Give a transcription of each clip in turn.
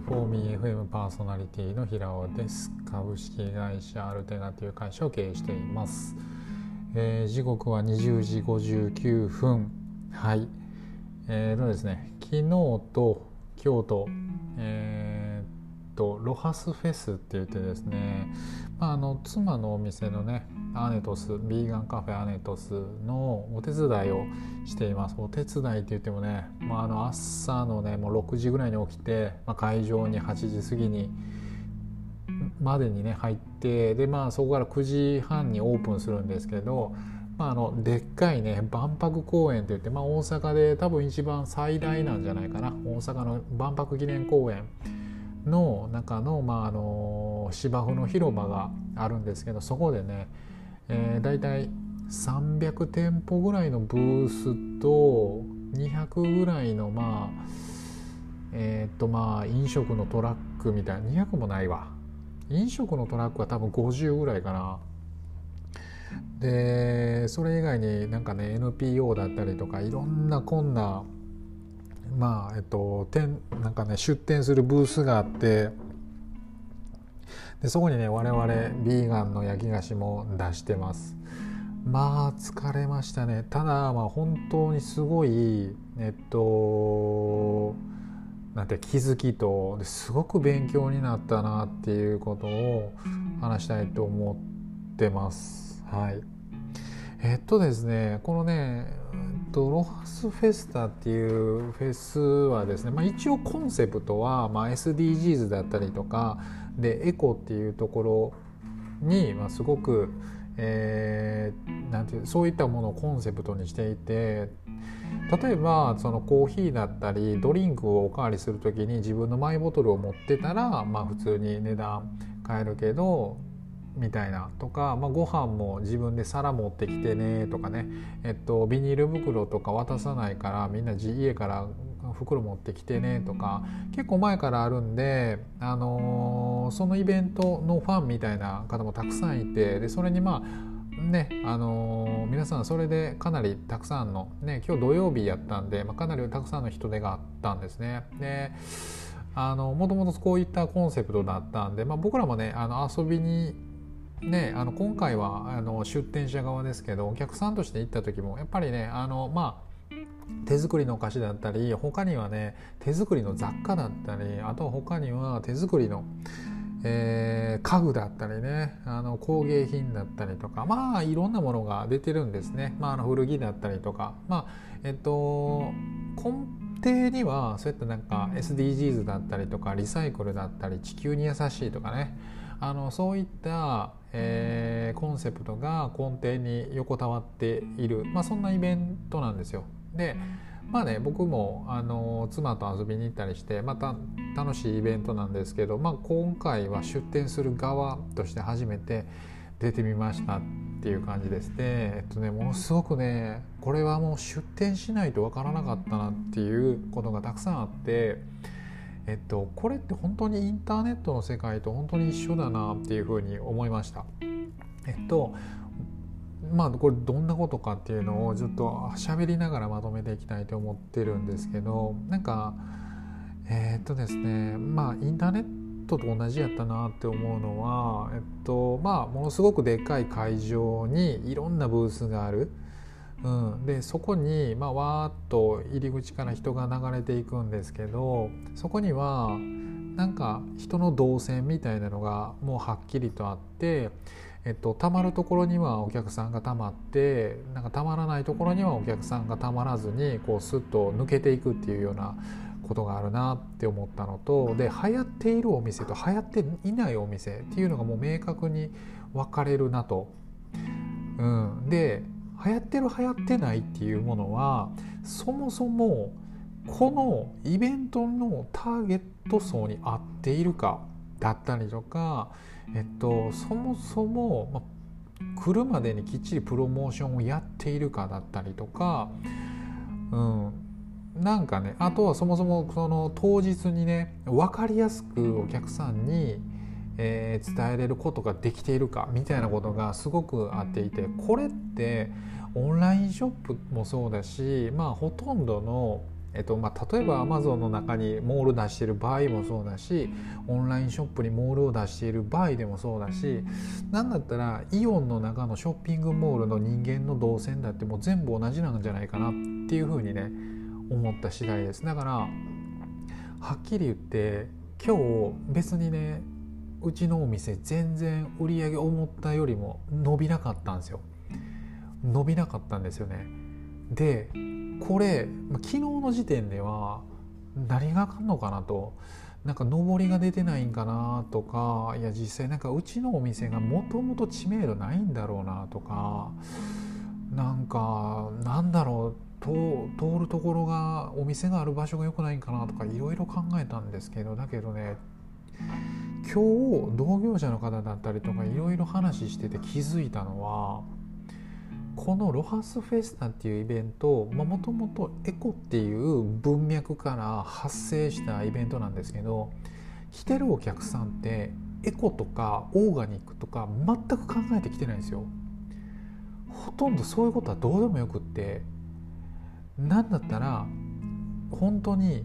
フォーミー FM パーソナリティの平尾です。株式会社アルテナという会社を経営しています。時刻は20時59分。はい。ですね、昨日と今日と、ロハスフェスって言ってですね、妻のお店のねアネトスビーガンカフェアネトスのお手伝いをしています。お手伝いって言ってもね、朝のねもう6時ぐらいに起きて、会場に8時過ぎにまでにね入って、でそこから9時半にオープンするんですけど、でっかいね万博公園って言って、大阪で多分一番最大なんじゃないかな。大阪の万博記念公園の中の、芝生の広場があるんですけど、そこでね、だいたい300店舗ぐらいのブースと200ぐらいの飲食のトラックみたいな、200もないわ、飲食のトラックは多分50ぐらいかな。でそれ以外にNPO だったりとかいろんなこんな出店するブースがあって、でそこにね我々ビーガンの焼き菓子も出してます。疲れましたね。ただ本当にすごい気づきとすごく勉強になったなっていうことを話したいと思ってます。はい。ですね、このねロハスフェスタっていうフェスはですね、一応コンセプトは、SDGs だったりとかでエコっていうところに、すごく、そういったものをコンセプトにしていて、例えばそのコーヒーだったりドリンクをおかわりするときに自分のマイボトルを持ってたら、普通に値段変えるけどみたいなとか、ご飯も自分で皿持ってきてねとかね、ビニール袋とか渡さないからみんな家から袋持ってきてねとか結構前からあるんで、そのイベントのファンみたいな方もたくさんいて、でそれに皆さんそれでかなりたくさんのね、今日土曜日やったんで、かなりたくさんの人手があったんですね。でもともとこういったコンセプトだったんで、僕らもね遊びに今回は出店者側ですけど、お客さんとして行った時もやっぱりね手作りのお菓子だったり、他にはね手作りの雑貨だったり、あとは他には手作りの、家具だったりね、工芸品だったりとか、いろんなものが出てるんですね。古着だったりとか、根底にはそういったSDGs だったりとかリサイクルだったり地球に優しいとかね、そういった、コンセプトが根底に横たわっている、そんなイベントなんですよ。で僕も妻と遊びに行ったりしてまた楽しいイベントなんですけど、今回は出店する側として初めて出てみましたっていう感じです。でものすごくねこれはもう出店しないとわからなかったなっていうことがたくさんあって、これって本当にインターネットの世界と本当に一緒だなっていうふうに思いました。これどんなことかっていうのをちょっと喋りながらまとめていきたいと思ってるんですけど、ですね、インターネットと同じやったなって思うのは、ものすごくでっかい会場にいろんなブースがある。でそこにわーっと入り口から人が流れていくんですけど、そこには人の動線みたいなのがもうはっきりとあって、たまるところにはお客さんがたまって、たまらないところにはお客さんがたまらずにスッと抜けていくっていうようなことがあるなって思ったのと、で流行っているお店と流行っていないお店っていうのがもう明確に分かれるなと。で流行ってる流行ってないっていうものはそもそもこのイベントのターゲット層に合っているかだったりとか、そもそも、来るまでにきっちりプロモーションをやっているかだったりとか、あとはそもそもその当日にね分かりやすくお客さんに、伝えれることができているかみたいなことがすごくあっていて、これってオンラインショップもそうだし、ほとんどの例えば Amazon の中にモール出している場合もそうだし、オンラインショップにモールを出している場合でもそうだし、なんだったらイオンの中のショッピングモールの人間の動線だってもう全部同じなんじゃないかなっていうふうにね思った次第です。だからはっきり言って今日別にねうちのお店全然売り上げ思ったよりも伸びなかったんですよ。伸びなかったんですよね。でこれ昨日の時点では何があかんのかなと、なんか上りが出てないんかなとか、いや実際なんかうちのお店がもともと知名度ないんだろうなとか、なんかなんだろう、通るところがお店がある場所が良くないんかなとかいろいろ考えたんですけど、だけどね今日同業者の方だったりとかいろいろ話してて気づいたのは、このロハスフェスタっていうイベント、もともとエコっていう文脈から発生したイベントなんですけど、来てるお客さんってエコとかオーガニックとか全く考えてきてないんですよ。ほとんどそういうことはどうでもよくって、なんだったら本当に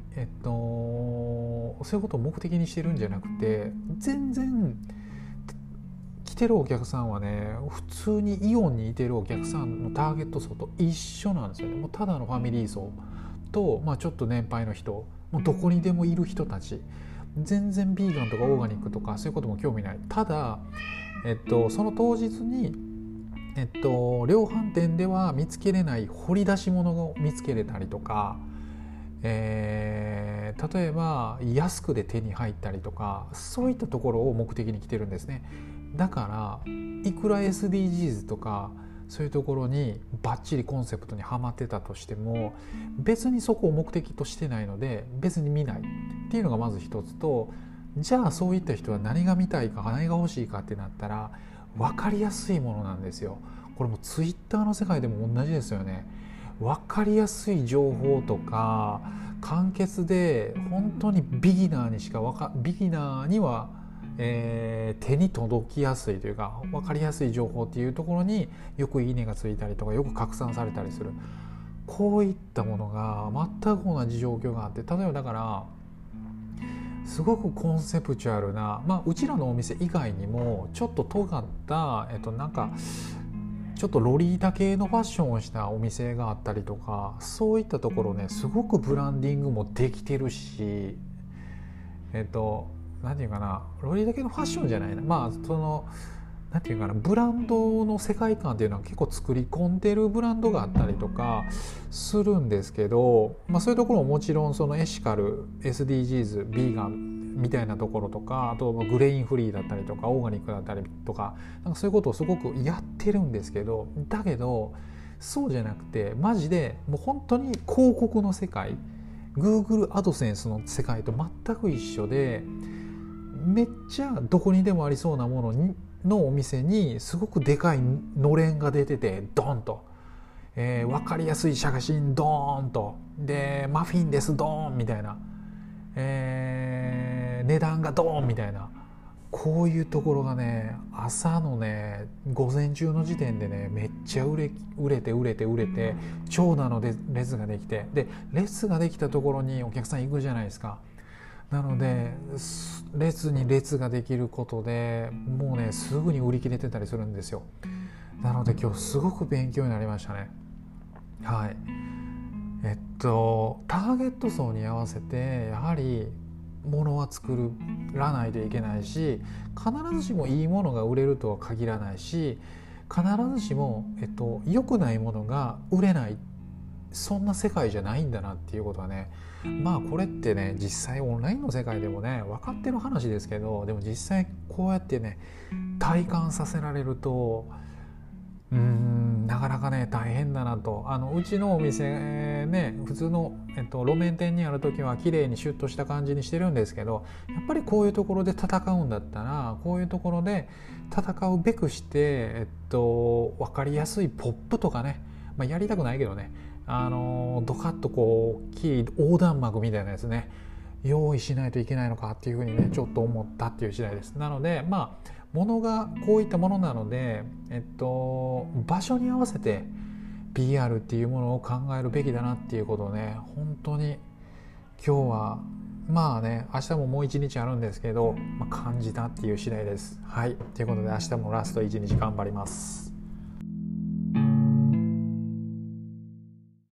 そういうことを目的にしてるんじゃなくて、全然来てるお客さんはね普通にイオンにいてるお客さんのターゲット層と一緒なんですよね。もうただのファミリー層と、ちょっと年配の人、もうどこにでもいる人たち、全然ビーガンとかオーガニックとかそういうことも興味ない。ただ、その当日に、量販店では見つけれない掘り出し物を見つけれたりとか、例えば安くで手に入ったりとか、そういったところを目的に来てるんですね。だからいくら SDGs とかそういうところにバッチリコンセプトにはまってたとしても、別にそこを目的としてないので別に見ないっていうのがまず一つと、じゃあそういった人は何が見たいか何が欲しいかってなったら分かりやすいものなんですよ。これもツイッターの世界でも同じですよね。分かりやすい情報とか簡潔で本当にビギナーには手に届きやすいというか分かりやすい情報っていうところによくいいねがついたりとかよく拡散されたりする、こういったものが全く同じ状況があって、例えばだからすごくコンセプチュアルな、うちらのお店以外にもちょっと尖った、なんかちょっとロリータ系のファッションをしたお店があったりとか、そういったところねすごくブランディングもできてるし、なんていうかな、ロリータ系のファッションじゃないな、なんていうかな、ブランドの世界観っていうのは結構作り込んでるブランドがあったりとかするんですけど、そういうところももちろんそのエシカル SDGs ビーガンみたいなところとか、あとグレインフリーだったりとかオーガニックだったりとか、なんかそういうことをすごくやってるんですけど、だけどそうじゃなくてマジでもう本当に広告の世界、 Google アドセンスの世界と全く一緒で、めっちゃどこにでもありそうなもののお店にすごくでかいのれんが出ててドンと、分かりやすい写真ドーンとで、マフィンですドーンみたいな、値段がドーンみたいな、こういうところがね朝のね午前中の時点でねめっちゃ売れて長蛇の列ができて、で列ができたところにお客さん行くじゃないですか。なので列に列ができることでもうねすぐに売り切れてたりするんですよ。なので今日すごく勉強になりましたね。はい。ターゲット層に合わせてやはり物は作らないといけないし、必ずしもいいものが売れるとは限らないし、必ずしも、良くないものが売れない、そんな世界じゃないんだなっていうことはね、これってね実際オンラインの世界でもね分かってる話ですけど、でも実際こうやってね体感させられるとなかなかね大変だなと。うちのお店ね普通の、路面店にある時は綺麗にシュッとした感じにしてるんですけど、やっぱりこういうところで戦うんだったらこういうところで戦うべくして、分かりやすいポップとかね、やりたくないけどね、ドカッとこう大きい横断幕みたいなやつね用意しないといけないのかっていうふうにねちょっと思ったっていう次第です。なので物がこういったものなので、場所に合わせて PR っていうものを考えるべきだなっていうことをね、本当に今日はまあね、明日ももう一日あるんですけど、感じたっていう次第です。はい、ということで明日もラスト一日頑張ります。